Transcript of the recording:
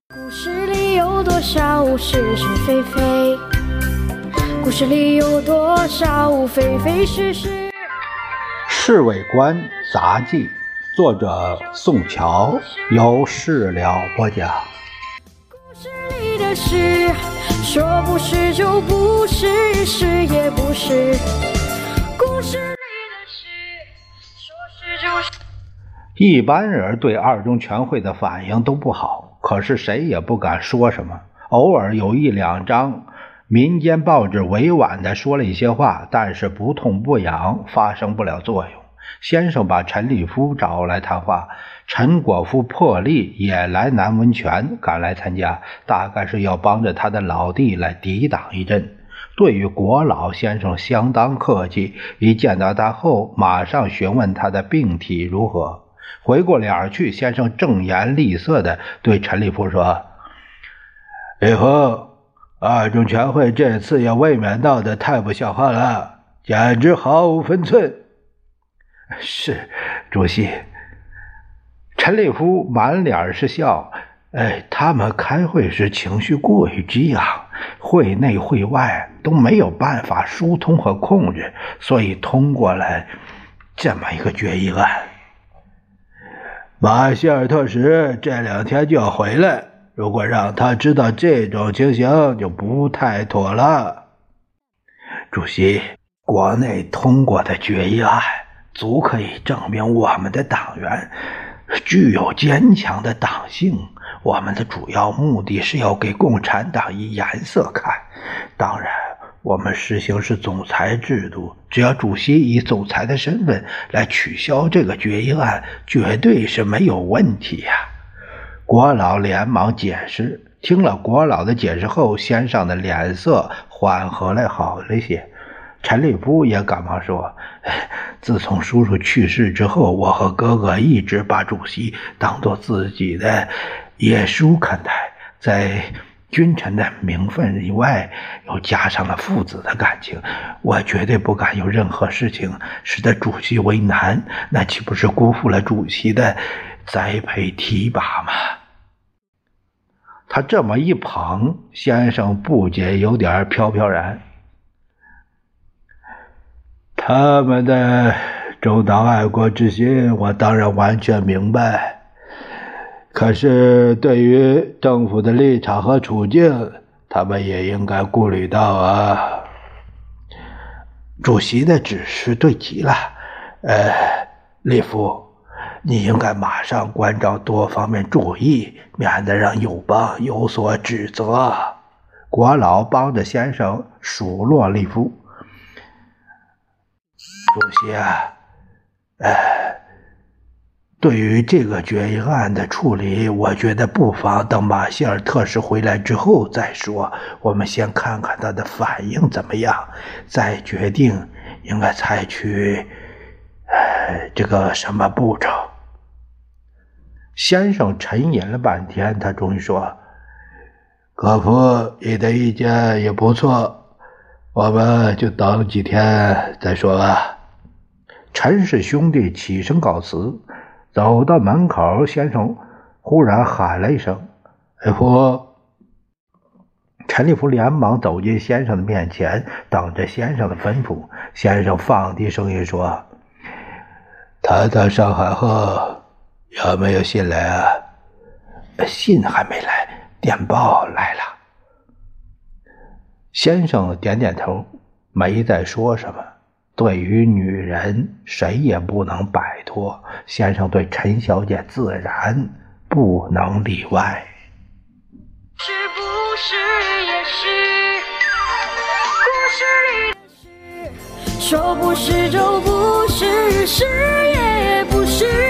故事里有多少是是非非？故事里有多少非非是是？《 侍卫官杂记》，作者宋乔，由事了播讲。 故事里的事，说不是就不是，是也不是。故事里的事，说是就是。 一般人对二中全会的反应都不好，可是谁也不敢说什么。偶尔有一两张民间报纸委婉地说了一些话，但是不痛不痒，发生不了作用。先生把陈立夫找来谈话，陈果夫破例也来南温泉，赶来参加，大概是要帮着他的老弟来抵挡一阵。对于国老先生相当客气，一见到他后马上询问他的病体如何。回过脸去，先生正颜厉色地对陈立夫说：“立夫，二中全会这次也未免闹得太不像话了，简直毫无分寸。”是，主席。陈立夫满脸是笑。他们开会时情绪过于激昂，会内会外都没有办法疏通和控制，所以通过了这么一个决议案。马歇尔特使这2天就要回来，如果让他知道这种情形就不太妥了。主席，国内通过的决议案足可以证明我们的党员具有坚强的党性，我们的主要目的是要给共产党以颜色看。当然我们实行是总裁制度，只要主席以总裁的身份来取消这个决议案，绝对是没有问题呀。国老连忙解释，听了国老的解释后，先生的脸色缓和了好了些。陈立夫也赶忙说：“自从叔叔去世之后，我和哥哥一直把主席当作自己的耶稣看待，在君臣的名分以外，又加上了父子的感情，我绝对不敢有任何事情使得主席为难，那岂不是辜负了主席的栽培提拔吗？”他这么一捧，先生不解有点飘飘然。他们的忠党爱国之心我当然完全明白，可是对于政府的立场和处境，他们也应该顾虑到啊。主席的指示对极了，立夫，你应该马上关照多方面注意，免得让友邦有所指责。国老帮着先生数落立夫。主席啊，对于这个决议案的处理，我觉得不妨等马歇尔特使回来之后再说，我们先看看他的反应怎么样，再决定应该采取这个什么步骤。先生沉吟了半天，他终于说：“葛夫，你的意见也不错，我们就等几天再说吧。”陈氏兄弟起身告辞，走到门口，先生忽然喊了一声：“立夫！”陈立夫连忙走进先生的面前，等着先生的吩咐。先生放低声音说：“他到上海后有没有信来啊？”“信还没来，电报来了。”先生点点头，没再说什么。对于女人，谁也不能摆脱，先生对陈小姐自然不能例外。 是不是也是故事里的事，说不是就不是，是也不是。